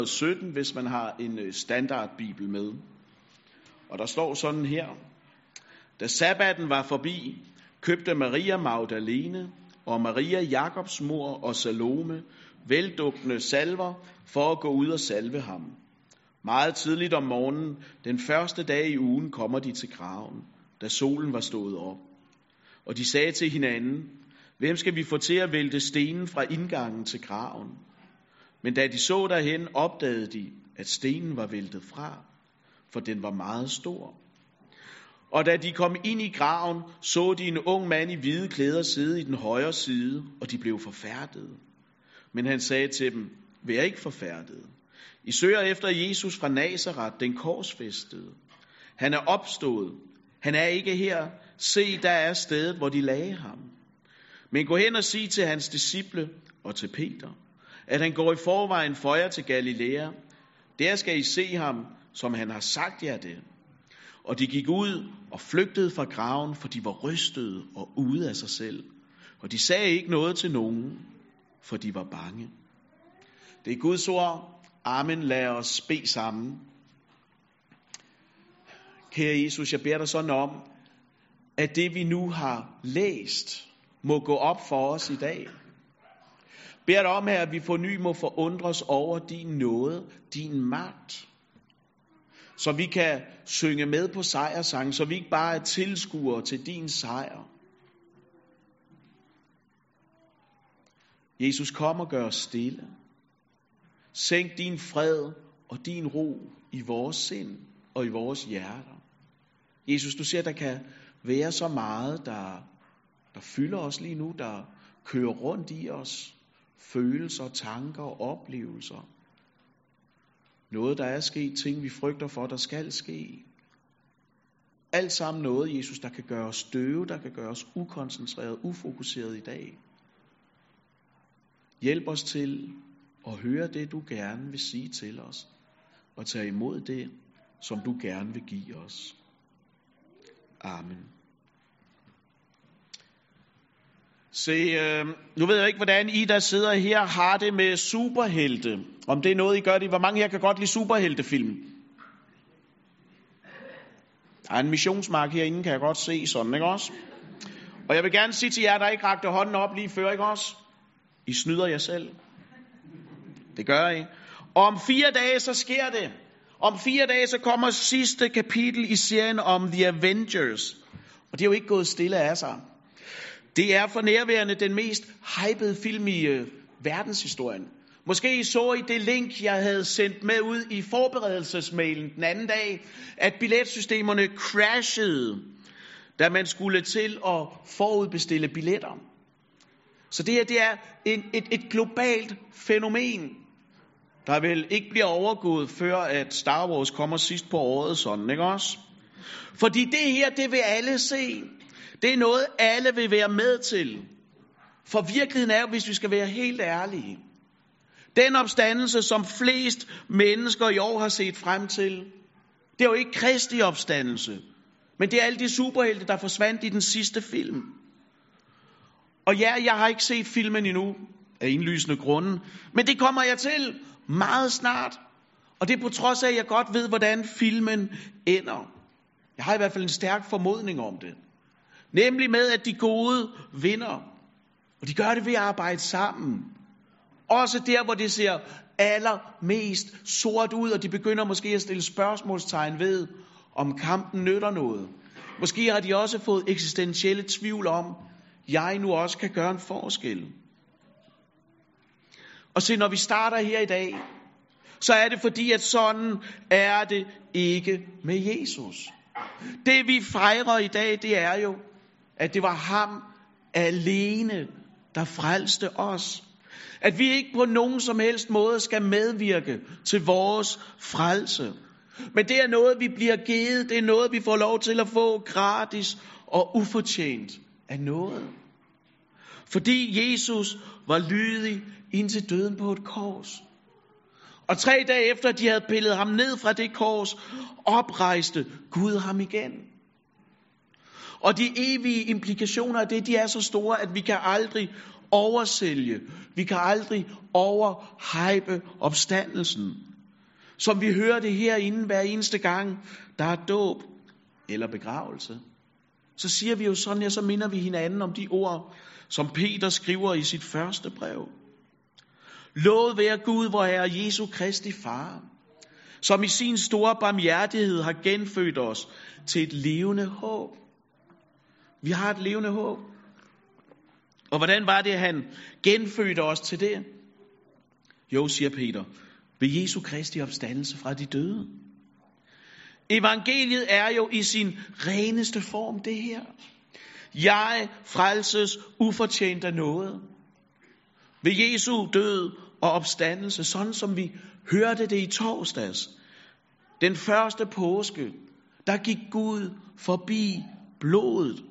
17, hvis man har en standardbibel med. Og der står sådan her: Da sabbaten var forbi, købte Maria Magdalene og Maria Jakobs mor og Salome veldugtende salver for at gå ud og salve ham. Meget tidligt om morgenen, den første dag i ugen, kommer de til graven, da solen var stået op. Og de sagde til hinanden: Hvem skal vi få til at vælte stenen fra indgangen til graven? Men da de så derhen, opdagede de, at stenen var væltet fra, for den var meget stor. Og da de kom ind i graven, så de en ung mand i hvide klæder sidde i den højre side, og de blev forfærdede. Men han sagde til dem: Vær ikke forfærdede. I søger efter Jesus fra Nazaret, den korsfæstede. Han er opstået. Han er ikke her. Se, der er stedet, hvor de lagde ham. Men gå hen og sig til hans disciple og til Peter, at han går i forvejen for jer til Galilea. Der skal I se ham, som han har sagt jer det. Og de gik ud og flygtede fra graven, for de var rystede og ude af sig selv. Og de sagde ikke noget til nogen, for de var bange. Det er Guds ord. Amen. Lad os bede sammen. Kære Jesus, jeg beder dig sådan om, at det vi nu har læst, må gå op for os i dag. Beder dig om, her, at vi på ny må forundres over din nåde, din magt, så vi kan synge med på sejrsangen, så vi ikke bare er tilskuere til din sejr. Jesus, kom og gør os stille. Sænk din fred og din ro i vores sind og i vores hjerter. Jesus, du ser, der kan være så meget, der fylder os lige nu, der kører rundt i os. Følelser, tanker og oplevelser. Noget, der er sket, ting vi frygter for, der skal ske. Alt sammen noget, Jesus, der kan gøre os døve, der kan gøre os ukoncentreret, ufokuseret i dag. Hjælp os til at høre det, du gerne vil sige til os, og tage imod det, som du gerne vil give os. Amen. Se, nu ved jeg ikke, hvordan I, der sidder her, har det med superhelte. Om det er noget, I gør det. Hvor mange her kan godt lide superheltefilm? Der er en missionsmark herinde, kan jeg godt se sådan, ikke også? Og jeg vil gerne sige til jer, der ikke rakte hånden op lige før, ikke også? I snyder jer selv. Det gør I. Og om 4 dage, så sker det. Om 4 dage, så kommer sidste kapitel i serien om The Avengers. Og det er jo ikke gået stille af sig. Det er for nærværende den mest hypede film i verdenshistorien. Måske I så i det link, jeg havde sendt med ud i forberedelsesmailen den anden dag, at billetsystemerne crashede, da man skulle til at forudbestille billetter. Så det her, det er et globalt fænomen, der vel ikke bliver overgået, før at Star Wars kommer sidst på året, sådan, ikke også? Fordi det her, det vil alle se. Det er noget, alle vil være med til. For virkeligheden er jo, hvis vi skal være helt ærlige, den opstandelse, som flest mennesker i år har set frem til, det er jo ikke Kristi opstandelse, men det er alle de superhelte, der forsvandt i den sidste film. Og ja, jeg har ikke set filmen endnu, af indlysende grunde, men det kommer jeg til meget snart. Og det er på trods af, at jeg godt ved, hvordan filmen ender. Jeg har i hvert fald en stærk formodning om det. Nemlig med, at de gode vinder. Og de gør det ved at arbejde sammen. Også der, hvor det ser allermest sort ud, og de begynder måske at stille spørgsmålstegn ved, om kampen nytter noget. Måske har de også fået eksistentielle tvivl om, jeg nu også kan gøre en forskel. Og se, når vi starter her i dag, så er det fordi, at sådan er det ikke med Jesus. Det vi fejrer i dag, det er jo, at det var ham alene, der frelste os. At vi ikke på nogen som helst måde skal medvirke til vores frelse. Men det er noget, vi bliver givet. Det er noget, vi får lov til at få gratis og ufortjent af noget. Fordi Jesus var lydig indtil døden på et kors. Og 3 dage efter, de havde pillet ham ned fra det kors, oprejste Gud ham igen. Og de evige implikationer af det, de er så store, at vi kan aldrig oversælge. Vi kan aldrig overhype opstandelsen. som vi hører det herinde hver eneste gang, der er dåb eller begravelse. Så siger vi jo sådan her, så minder vi hinanden om de ord, som Peter skriver i sit første brev. Lovet være Gud, vor Herre Jesu Kristi Far, som i sin store barmhjertighed har genfødt os til et levende håb. Vi har et levende håb. Og hvordan var det, han genfødte os til det? Jo, siger Peter, ved Jesu Kristi opstandelse fra de døde. Evangeliet er jo i sin reneste form det her. Jeg frelses ufortjent af noget. Ved Jesu død og opstandelse, sådan som vi hørte det i torsdags. Den første påske, der gik Gud forbi blodet.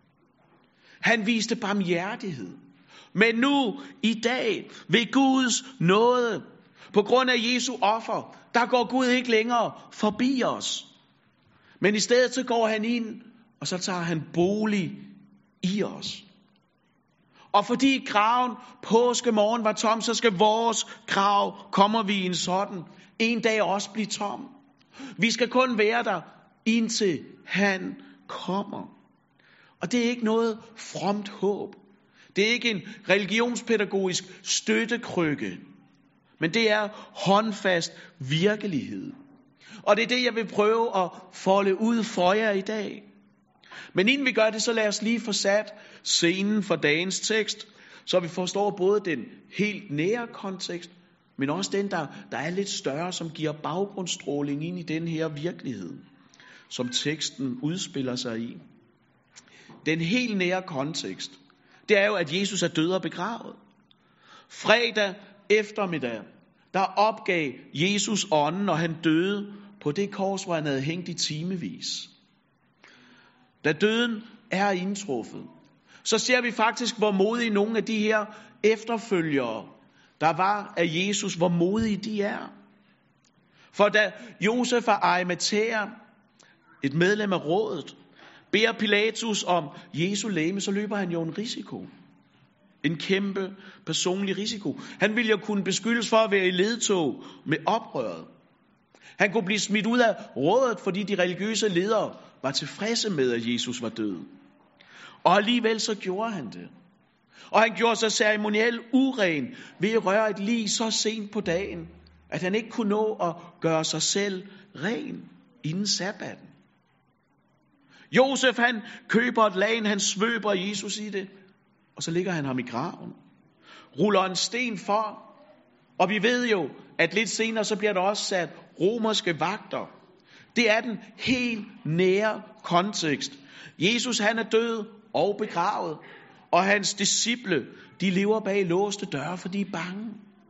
Han viste barmhjertighed. Men nu, i dag, ved Guds nåde, på grund af Jesu offer, der går Gud ikke længere forbi os. Men i stedet så går han ind, og så tager han bolig i os. Og fordi graven påskemorgen var tom, så skal vores grav, kommer vi i en sådan, en dag også blive tom. Vi skal kun være der, indtil han kommer. Og det er ikke noget fromt håb. Det er ikke en religionspædagogisk støttekrykke. Men det er håndfast virkelighed. Og det er det, jeg vil prøve at folde ud for jer i dag. Men inden vi gør det, så lad os lige få sat scenen for dagens tekst, så vi forstår både den helt nære kontekst, men også den, der er lidt større, som giver baggrundsstråling ind i den her virkelighed, som teksten udspiller sig i. Den helt nære kontekst, det er jo, at Jesus er død og begravet. Fredag eftermiddag, der opgav Jesus ånden, og han døde på det kors, hvor han havde hængt i timevis. Da døden er indtruffet, så ser vi faktisk, hvor modige nogle af de her efterfølgere, der var af Jesus, hvor modige de er. For da Josef af Arimathæa, et medlem af rådet, beder Pilatus om Jesu legeme, så løber han jo en risiko. En kæmpe personlig risiko. Han ville jo kunne beskyldes for at være i ledtog med oprøret. Han kunne blive smidt ud af rådet, fordi de religiøse ledere var tilfredse med, at Jesus var død. Og alligevel så gjorde han det. Og han gjorde sig ceremonielt uren ved at røre et lig så sent på dagen, at han ikke kunne nå at gøre sig selv ren inden sabbaten. Josef, han køber et lagen, han svøber Jesus i det, og så ligger han ham i graven. Ruller en sten for, og vi ved jo, at lidt senere, så bliver der også sat romerske vagter. Det er den helt nære kontekst. Jesus, han er død og begravet, og hans disciple, de lever bag låste døre, for de er bange.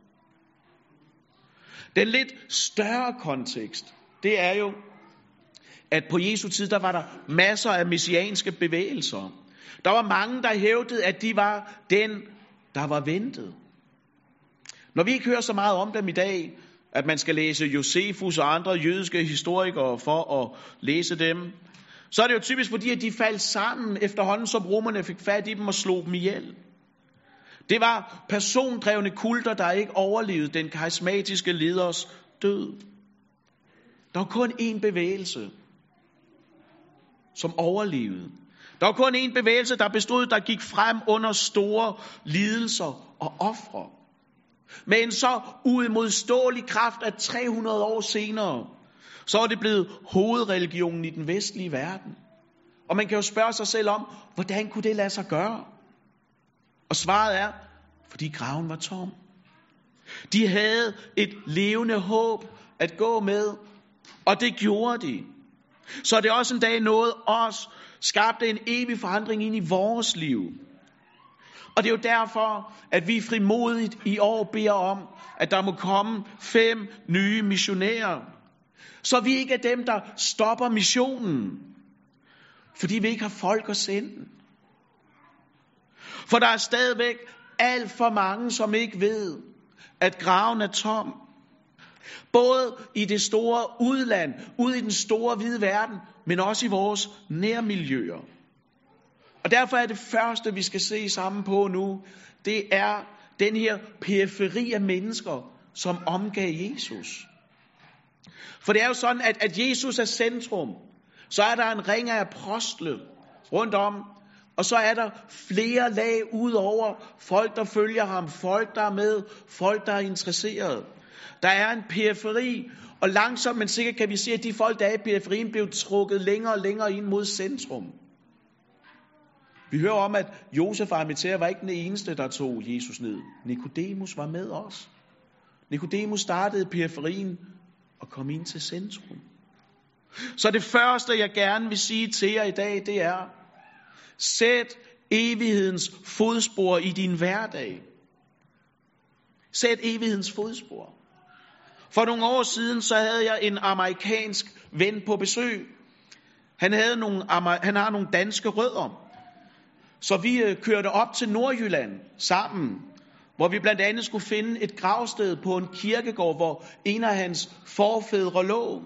Den lidt større kontekst, det er jo, at på Jesu tid, der var der masser af messianske bevægelser. Der var mange, der hævdede, at de var den, der var ventet. Når vi ikke hører så meget om dem i dag, at man skal læse Josefus og andre jødiske historikere for at læse dem, så er det jo typisk fordi, at de faldt sammen efterhånden, som romerne fik fat i dem og slog dem ihjel. Det var persondrevne kulter, der ikke overlevede den karismatiske leders død. Der var kun én bevægelse, som overlevede. Der var kun én bevægelse, der gik frem under store lidelser og ofre. Med en så uimodståelig kraft, at 300 år senere, så er det blevet hovedreligionen i den vestlige verden. Og man kan jo spørge sig selv om, hvordan kunne det lade sig gøre? Og svaret er, fordi graven var tom. De havde et levende håb at gå med, og det gjorde de. Så det også en dag nåede os, skabte en evig forandring ind i vores liv. Og det er jo derfor, at vi frimodigt i år beder om, at der må komme 5 nye missionærer. Så vi ikke er dem, der stopper missionen, fordi vi ikke har folk at sende. For der er stadigvæk alt for mange, som ikke ved, at graven er tom. Både i det store udland, ude i den store hvide verden, men også i vores nærmiljøer. Og derfor er det første, vi skal se sammen på nu, det er den her periferi af mennesker, som omgav Jesus. For det er jo sådan, at Jesus er centrum. Så er der en ring af apostle rundt om. Og så er der flere lag udover. Folk, der følger ham. Folk, der er med. Folk, der er interesseret. Der er en periferi. Og langsomt, men sikkert kan vi se, at de folk, der er i periferien, blev trukket længere og længere ind mod centrum. Vi hører om, at Josef og Arimathæa var ikke den eneste, der tog Jesus ned. Nikodemus var med os. Nikodemus startede i periferien og kom ind til centrum. Så det første, jeg gerne vil sige til jer i dag, det er, sæt evighedens fodspor i din hverdag. Sæt evighedens fodspor. For nogle år siden, så havde jeg en amerikansk ven på besøg. Han har nogle danske rødder. Så vi kørte op til Nordjylland sammen, hvor vi blandt andet skulle finde et gravsted på en kirkegård, hvor en af hans forfædre lå.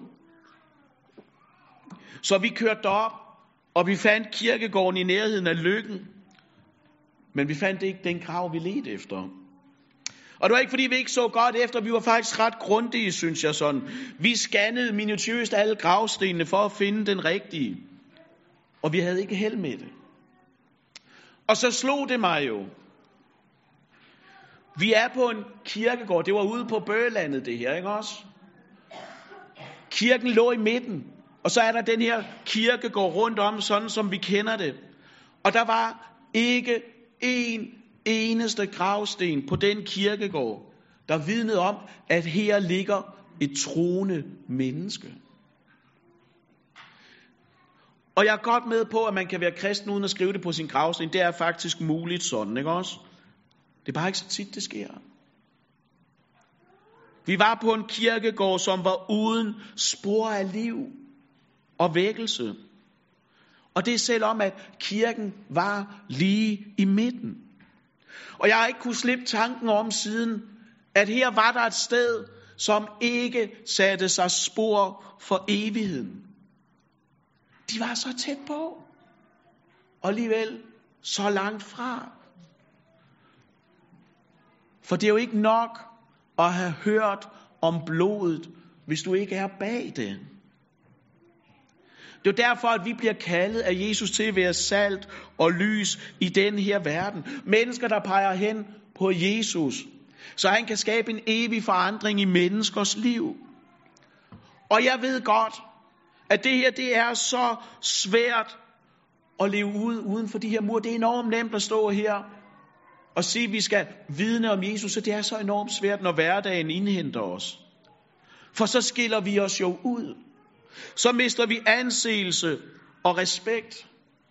Så vi kørte derop, og vi fandt kirkegården i nærheden af Løkken. Men vi fandt ikke den grav, vi ledte efter. Og det var ikke, fordi vi ikke så godt efter. Vi var faktisk ret grundige, synes jeg sådan. Vi scannede minutiøst alle gravstenene for at finde den rigtige. Og vi havde ikke held med det. Og så slog det mig jo. Vi er på en kirkegård. Det var ude på Bøgelandet, det her, ikke også? Kirken lå i midten. Og så er der den her kirkegård rundt om, sådan som vi kender det. Og der var ikke en eneste gravsten på den kirkegård, der vidnede om, at her ligger et troende menneske. Og jeg er godt med på, at man kan være kristen uden at skrive det på sin gravsten. Det er faktisk muligt sådan, ikke også? Det er bare ikke så tit, det sker. Vi var på en kirkegård, som var uden spor af liv og vækkelse. Og det er selvom, at kirken var lige i midten. Og jeg har ikke kunnet slippe tanken om siden, at her var der et sted, som ikke satte sig spor for evigheden. De var så tæt på, og alligevel så langt fra. For det er jo ikke nok at have hørt om blodet, hvis du ikke er bag det. Det er derfor, at vi bliver kaldet af Jesus til at være salt og lys i den her verden. Mennesker, der peger hen på Jesus, så han kan skabe en evig forandring i menneskers liv. Og jeg ved godt, at det her, det er så svært at leve uden for de her mure. Det er enormt nemt at stå her og sige, at vi skal vidne om Jesus, så det er så enormt svært, når hverdagen indhenter os. For så skiller vi os jo ud. Så mister vi anseelse og respekt.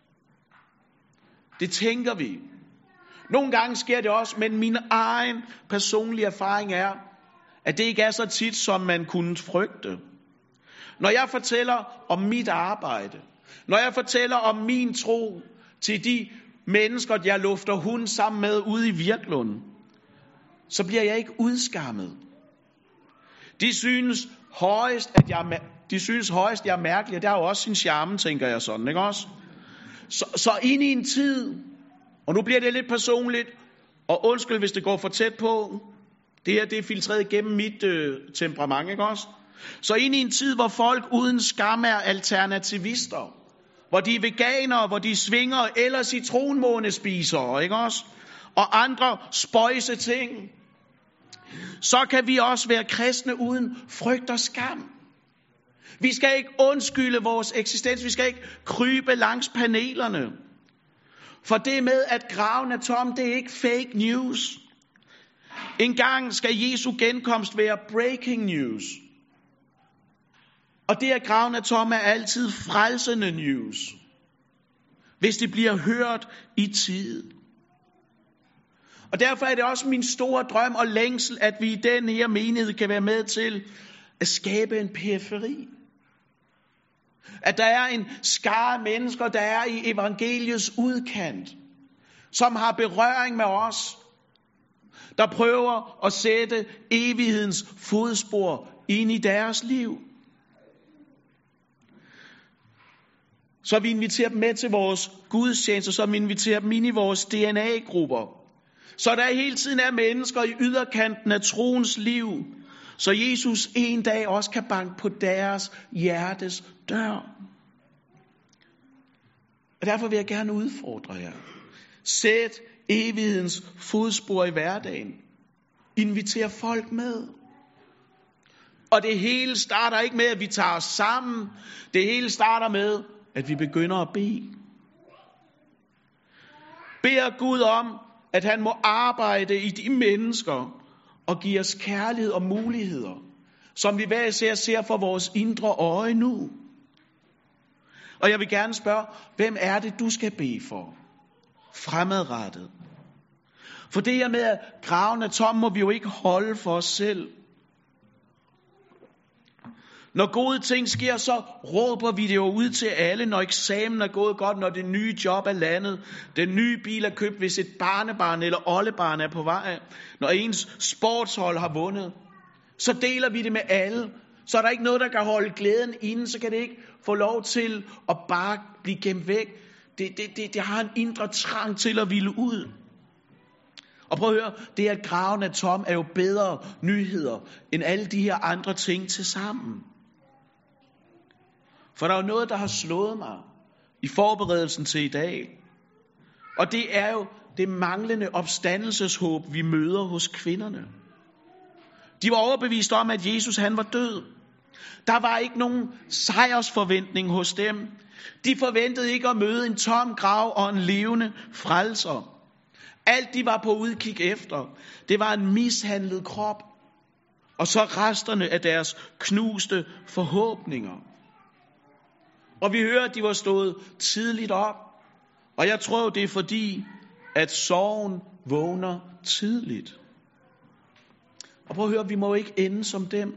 Det tænker vi. Nogle gange sker det også, men min egen personlige erfaring er, at det ikke er så tit, som man kunne frygte. Når jeg fortæller om mit arbejde, når jeg fortæller om min tro til de mennesker, jeg lufter hund sammen med ude i Virklund, så bliver jeg ikke udskammet. De synes højst, jeg er mærkelig, og det har jo også sin charme, tænker jeg sådan, ikke også? Så ind i en tid, og nu bliver det lidt personligt, og undskyld, hvis det går for tæt på, det her, det er filtreret igennem mit temperament, ikke også? Så ind i en tid, hvor folk uden skam er alternativister, hvor de er veganere, hvor de svinger eller citronmånespisere, ikke også? Og andre spøjse ting, så kan vi også være kristne uden frygt og skam. Vi skal ikke undskylde vores eksistens, vi skal ikke krybe langs panelerne. For det med, at graven er tom, det er ikke fake news. En gang skal Jesu genkomst være breaking news. Og det, at graven er tom, er altid frelsende news, hvis det bliver hørt i tid. Og derfor er det også min store drøm og længsel, at vi i den her menighed kan være med til at skabe en periferi. At der er en skare mennesker, der er i evangeliets udkant, som har berøring med os, der prøver at sætte evighedens fodspor ind i deres liv. Så vi inviterer dem med til vores gudstjenester, så vi inviterer dem ind i vores DNA-grupper. Så der hele tiden er mennesker i yderkanten af troens liv, så Jesus en dag også kan banke på deres hjertes dør. Og derfor vil jeg gerne udfordre jer. Sæt evighedens fodspor i hverdagen. Inviter folk med. Og det hele starter ikke med, at vi tager os sammen. Det hele starter med, at vi begynder at bede. Beder Gud om, at han må arbejde i de mennesker og give os kærlighed og muligheder, som vi hver især ser for vores indre øje nu. Og jeg vil gerne spørge, hvem er det, du skal bede for? Fremadrettet. For det her med, at graven er tom, må vi jo ikke holde for os selv. Når gode ting sker, så råber vi det jo ud til alle, når eksamen er gået godt, når det nye job er landet, den nye bil er købt, hvis et barnebarn eller oldebarn er på vej, når ens sportshold har vundet, så deler vi det med alle. Så er der ikke noget, der kan holde glæden inde, så kan det ikke få lov til at bare blive gemt væk. Det har en indre trang til at ville ud. Og prøv at høre, det at graven er tom er jo bedre nyheder end alle de her andre ting til sammen. For der er jo noget, der har slået mig i forberedelsen til i dag. Og det er jo det manglende opstandelseshåb, vi møder hos kvinderne. De var overbevist om, at Jesus han var død. Der var ikke nogen sejrsforventning hos dem. De forventede ikke at møde en tom grav og en levende frelser. Alt de var på udkig efter, det var en mishandlet krop. Og så resterne af deres knuste forhåbninger. Og vi hører, at de var stået tidligt op. Og jeg tror, det er fordi, at sorgen vågner tidligt. Og prøv at høre, vi må ikke ende som dem.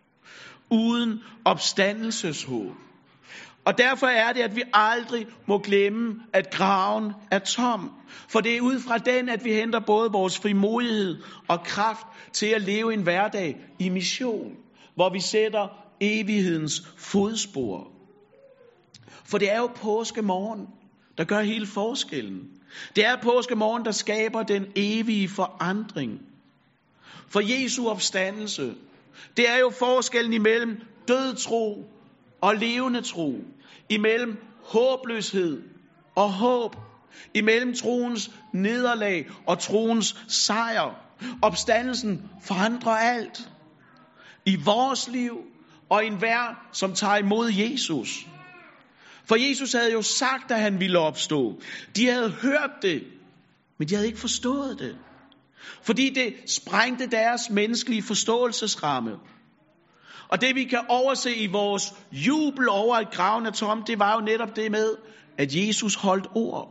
Uden opstandelseshåb. Og derfor er det, at vi aldrig må glemme, at graven er tom. For det er ud fra den, at vi henter både vores frimodighed og kraft til at leve en hverdag i mission. Hvor vi sætter evighedens fodspor. For det er jo påskemorgen, der gør hele forskellen. Det er påskemorgen, der skaber den evige forandring. For Jesu opstandelse, det er jo forskellen imellem død tro og levende tro. Imellem håbløshed og håb. Imellem troens nederlag og troens sejr. Opstandelsen forandrer alt. I vores liv og i enhver, som tager imod Jesus. For Jesus havde jo sagt, at han ville opstå. De havde hørt det, men de havde ikke forstået det. Fordi det sprængte deres menneskelige forståelsesramme. Og det vi kan overse i vores jubel over, at graven er tom, det var jo netop det med, at Jesus holdt ord.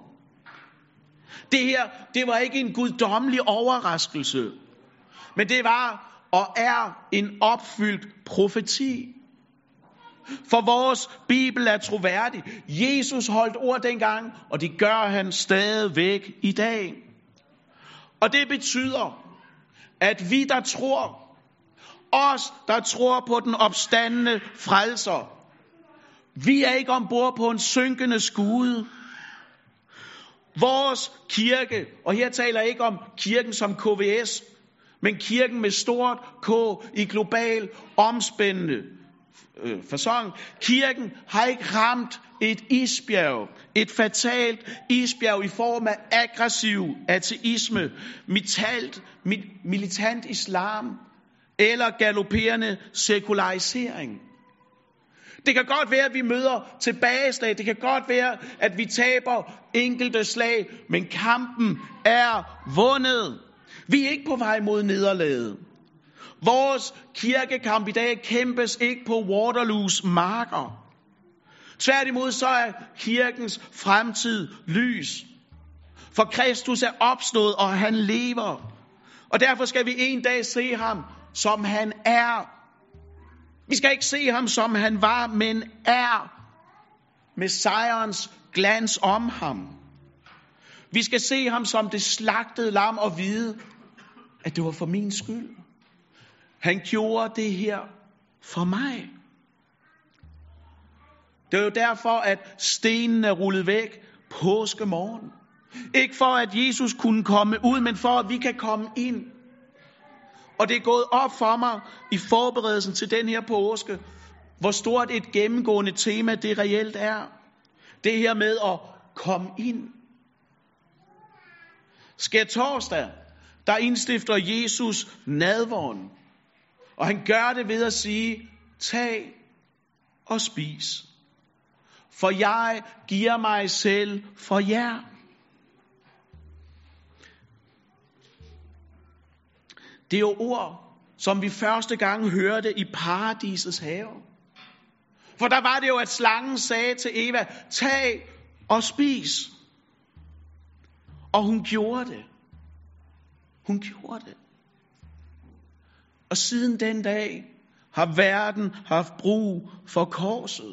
Det her, det var ikke en guddommelig overraskelse, men det var og er en opfyldt profeti. For vores Bibel er troværdig. Jesus holdt ord dengang, og det gør han stadigvæk i dag. Og det betyder, at vi der tror, os der tror på den opstandende frelser, vi er ikke ombord på en synkende skude. Vores kirke, og her taler jeg ikke om kirken som KVS, men kirken med stort K i global omspændende facon. Kirken har ikke ramt et isbjerg, et fatalt isbjerg i form af aggressiv ateisme, militant islam eller galopperende sekularisering. Det kan godt være, at vi møder tilbageslag. Det kan godt være, at vi taber enkelte slag, men kampen er vundet. Vi er ikke på vej mod nederlaget. Vores kirkekamp i dag kæmpes ikke på Waterloos marker. Tværtimod så er kirkens fremtid lys. For Kristus er opstået, og han lever. Og derfor skal vi en dag se ham, som han er. Vi skal ikke se ham, som han var, men er. Med sejrens glans om ham. Vi skal se ham som det slagtede lam og vide, at det var for min skyld. Han gjorde det her for mig. Det er jo derfor, at stenen er rullet væk påskemorgen. Ikke for, at Jesus kunne komme ud, men for, at vi kan komme ind. Og det er gået op for mig i forberedelsen til den her påske, hvor stort et gennemgående tema det reelt er. Det her med at komme ind. Skærtorsdag, der indstifter Jesus nadveren. Og han gør det ved at sige, tag og spis. For jeg giver mig selv for jer. Det er jo ord, som vi første gang hørte i paradisets have. For der var det jo, at slangen sagde til Eva, tag og spis. Og hun gjorde det. Hun gjorde det. Og siden den dag har verden haft brug for korset.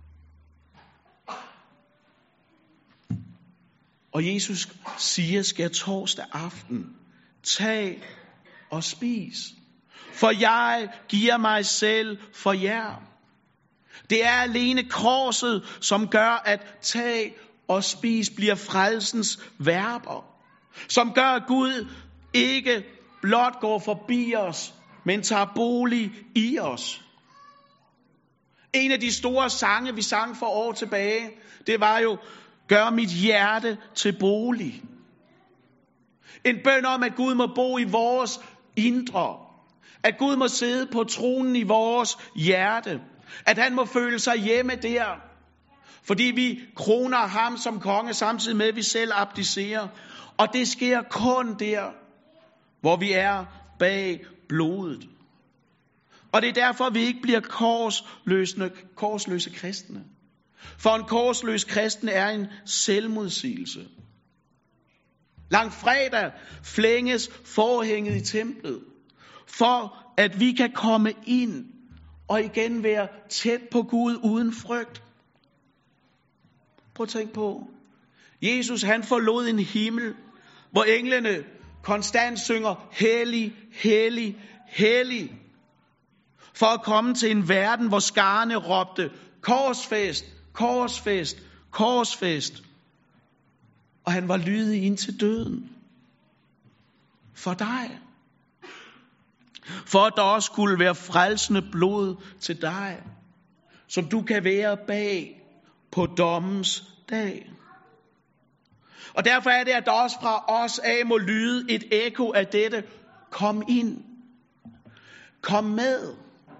Og Jesus siger skærtorsdag aften, tag og spis. For jeg giver mig selv for jer. Det er alene korset, som gør, at tag og spis bliver frelsens verber. Som gør, at Gud ikke blot går forbi os, men tager bolig i os. En af de store sange, vi sang for år tilbage, det var jo, gør mit hjerte til bolig. En bøn om, at Gud må bo i vores indre. At Gud må sidde på tronen i vores hjerte. At han må føle sig hjemme der. Fordi vi kroner ham som konge, samtidig med, at vi selv abdicerer. Og det sker kun der, hvor vi er bag blodet. Og det er derfor, vi ikke bliver korsløse kristne. For en korsløs kristen er en selvmodsigelse. Langfredag flænges forhænget i templet, for at vi kan komme ind og igen være tæt på Gud uden frygt. Prøv at tænke på. Jesus han forlod en himmel, hvor englene konstant synger, hellig, hellig, hellig. For at komme til en verden, hvor skarne råbte, korsfæst, korsfæst, korsfæst. Og han var lydig ind til døden. For dig. For at der også skulle være frelsende blod til dig. Som du kan være bag på dommens dag. Og derfor er det, at der også fra os af må lyde et ekko af dette. Kom ind. Kom med.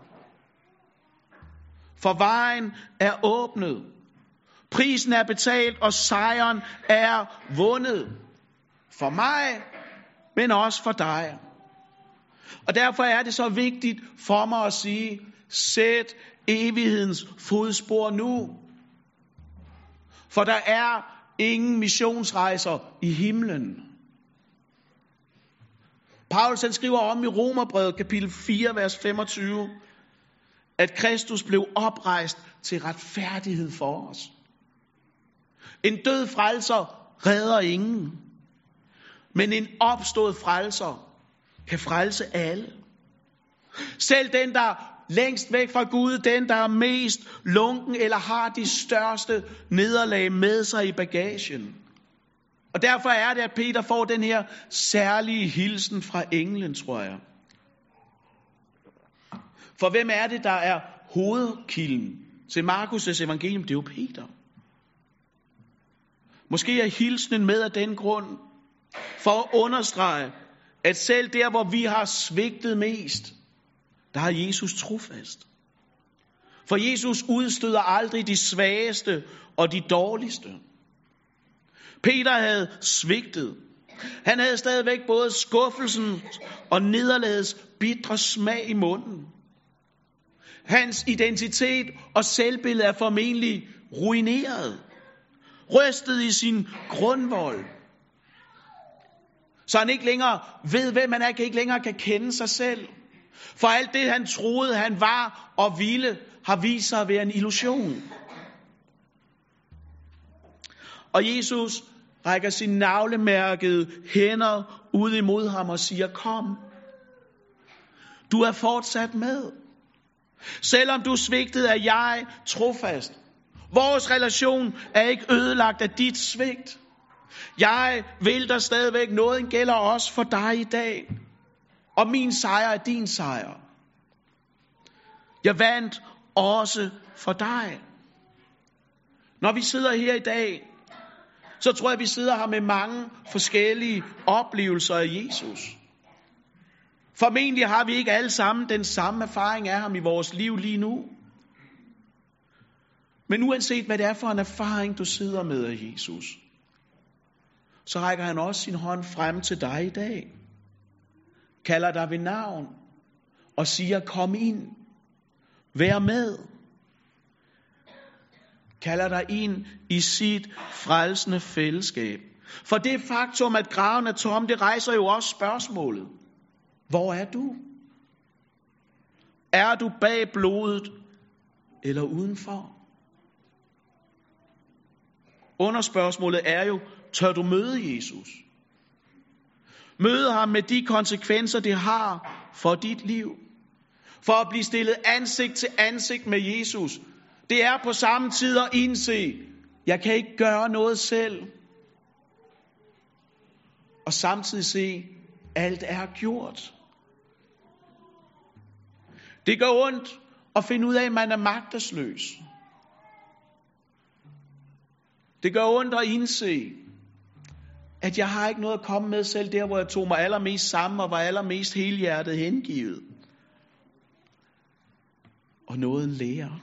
For vejen er åbnet. Prisen er betalt, og sejren er vundet. For mig, men også for dig. Og derfor er det så vigtigt for mig at sige, sæt evighedens fodspor nu. For der er ingen missionsrejser i himlen. Paulus han skriver om i Romerbrevet kapitel 4, vers 25, at Kristus blev oprejst til retfærdighed for os. En død frelser redder ingen, men en opstået frelser kan frelse alle. Selv den, der længst væk fra Gud, den, der er mest lunken eller har de største nederlag med sig i bagagen. Og derfor er det, at Peter får den her særlige hilsen fra englen, tror jeg. For hvem er det, der er hovedkilden til Markus' evangelium? Det er jo Peter. Måske er hilsenen med af den grund, for at understrege, at selv der, hvor vi har svigtet mest, der har Jesus trofast. For Jesus udstøder aldrig de svageste og de dårligste. Peter havde svigtet. Han havde stadigvæk både skuffelsen og nederlagets bitre smag i munden. Hans identitet og selvbillede er formentlig ruineret. Rystet i sin grundvold. Så han ikke længere ved, hvem han er, ikke længere kan kende sig selv. For alt det, han troede, han var og ville, har vist sig at være en illusion. Og Jesus rækker sine navlemærkede hænder ud imod ham og siger, kom. Du er fortsat med. Selvom du svigtede, er jeg trofast. Vores relation er ikke ødelagt af dit svigt. Jeg vil der stadigvæk noget, gælder også for dig i dag. og min sejr er din sejr. Jeg vandt også for dig. Når vi sidder her i dag, så tror jeg, vi sidder her med mange forskellige oplevelser af Jesus. Formentlig har vi ikke alle sammen den samme erfaring af ham i vores liv lige nu. Men uanset hvad det er for en erfaring, du sidder med af Jesus, så rækker han også sin hånd frem til dig i dag. Kalder dig ved navn og siger, kom ind, vær med. Kalder dig ind i sit frelsende fællesskab. For det faktum, at graven er tom, det rejser jo også spørgsmålet. Hvor er du? Er du bag blodet eller udenfor? Underspørgsmålet er jo, tør du møde Jesus? Møde ham med de konsekvenser, det har for dit liv. For at blive stillet ansigt til ansigt med Jesus, det er på samme tid at indse, jeg kan ikke gøre noget selv. Og samtidig se, alt er gjort. Det gør ondt at finde ud af, at man er magtesløs. Det gør ondt at indse, at jeg har ikke noget at komme med selv der, hvor jeg tog mig allermest sammen og var allermest helhjertet hengivet. Og nåden lærer.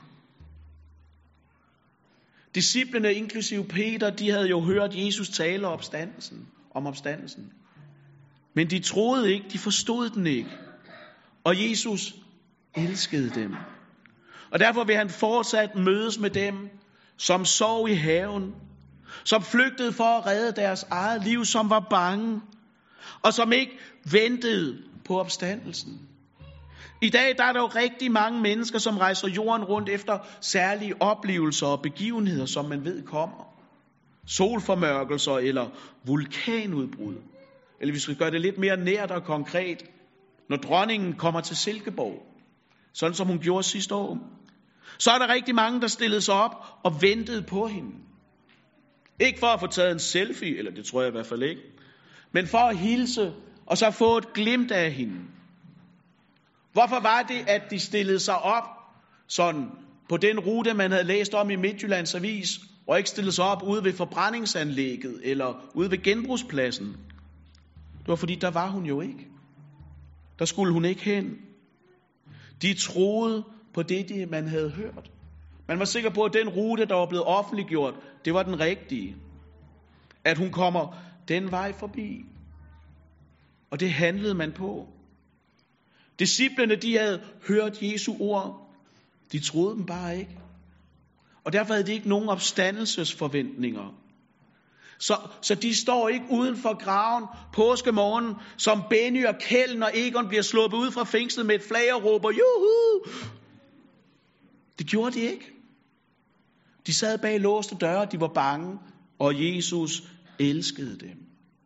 Disciplene, inklusive Peter, de havde jo hørt Jesus tale om opstandelsen. Men de troede ikke, de forstod den ikke. Og Jesus elskede dem. Og derfor vil han fortsat mødes med dem, som sov i haven, som flygtede for at redde deres eget liv, som var bange, og som ikke ventede på opstandelsen. I dag der er der jo rigtig mange mennesker, som rejser jorden rundt efter særlige oplevelser og begivenheder, som man ved kommer. Solformørkelser eller vulkanudbrud. Eller vi skal gøre det lidt mere nært og konkret, når dronningen kommer til Silkeborg, sådan som hun gjorde sidste år. Så er der rigtig mange, der stillede sig op og ventede på hende. Ikke for at få taget en selfie, eller det tror jeg i hvert fald ikke, men for at hilse og så få et glimt af hende. Hvorfor var det, at de stillede sig op sådan på den rute, man havde læst om i Midtjyllands Avis, og ikke stillede sig op ude ved forbrændingsanlægget eller ude ved genbrugspladsen? Det var fordi, der var hun jo ikke. Der skulle hun ikke hen. De troede på det, man havde hørt. Man var sikker på, at den rute, der var blevet offentliggjort, det var den rigtige. At hun kommer den vej forbi. Og det handlede man på. Disciplene, de havde hørt Jesu ord. De troede dem bare ikke. Og derfor havde de ikke nogen opstandelsesforventninger. Så de står ikke uden for graven påskemorgen, som Benny og Kjeld, når Egon bliver sluppet ud fra fængslet med et flag og råber, juhu! Det gjorde de ikke. De sad bag låste døre, de var bange, og Jesus elskede dem.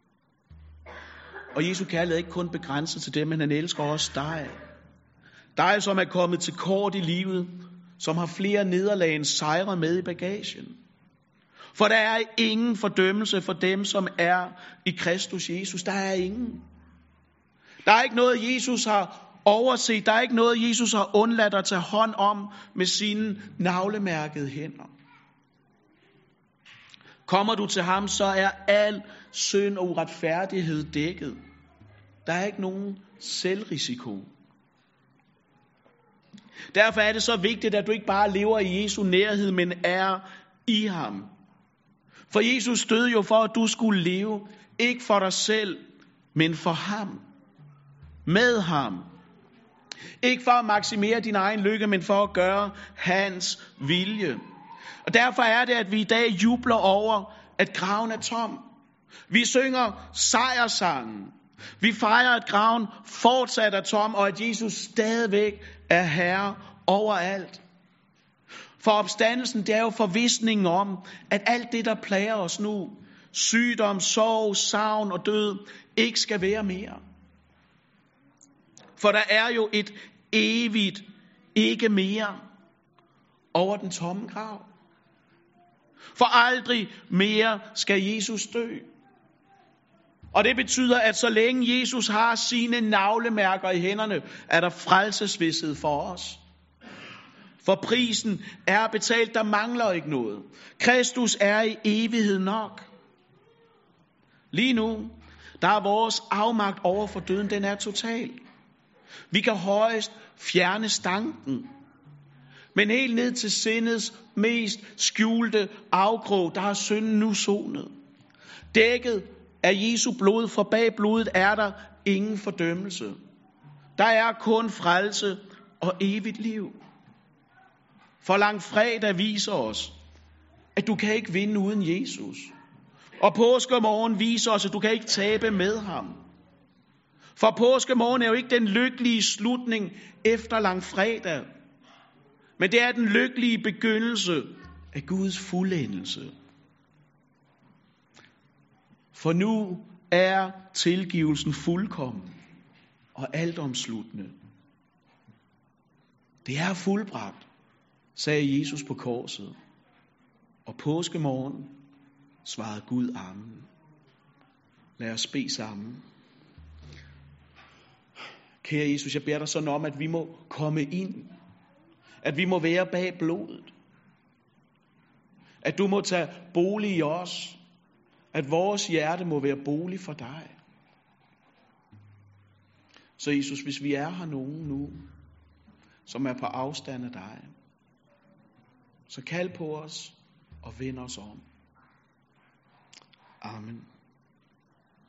Og Jesu kærlighed er ikke kun begrænset til dem, men han elsker også dig. Dig, som er kommet til kort i livet, som har flere nederlag end sejre med i bagagen. For der er ingen fordømmelse for dem, som er i Kristus Jesus. Der er ingen. Der er ikke noget, Jesus har overset. Der er ikke noget, Jesus har undladt at tage hånd om med sine navlemærkede hænder. Kommer du til ham, så er al synd og uretfærdighed dækket. Der er ikke nogen selvrisiko. Derfor er det så vigtigt, at du ikke bare lever i Jesu nærhed, men er i ham. For Jesus døde jo for, at du skulle leve, ikke for dig selv, men for ham. Med ham. Ikke for at maksimere din egen lykke, men for at gøre hans vilje. Og derfor er det, at vi i dag jubler over, at graven er tom. Vi synger sejrsangen. Vi fejrer, at graven fortsat er tom, og at Jesus stadigvæk er herre overalt. For opstandelsen, det er jo forvisningen om, at alt det, der plager os nu, sygdom, sorg, savn og død, ikke skal være mere. For der er jo et evigt ikke mere over den tomme grav. For aldrig mere skal Jesus dø. Og det betyder, at så længe Jesus har sine navlemærker i hænderne, er der frelsesvished for os. For prisen er betalt, der mangler ikke noget. Kristus er i evighed nok. Lige nu, der er vores afmagt over for døden, den er total. Vi kan højst fjerne stanken. Men helt ned til sindets mest skjulte afkrog, der har synden nu sonet. Dækket af Jesu blod, for bag blodet er der ingen fordømmelse. Der er kun frelse og evigt liv. For langfredag viser os, at du kan ikke vinde uden Jesus. Og påskemorgen viser os, at du kan ikke tabe med ham. For påskemorgen er jo ikke den lykkelige slutning efter langfredag, men det er den lykkelige begyndelse af Guds fuldendelse. For nu er tilgivelsen fuldkommen og altomsluttende. Det er fuldbragt, sagde Jesus på korset. Og påskemorgen svarede Gud amen. Lad os bede sammen. Kære Jesus, jeg beder dig sådan om, at vi må komme ind. At vi må være bag blodet. At du må tage bolig i os. At vores hjerte må være bolig for dig. Så Jesus, hvis vi er her nogen nu, som er på afstand af dig, så kald på os og vend os om. Amen.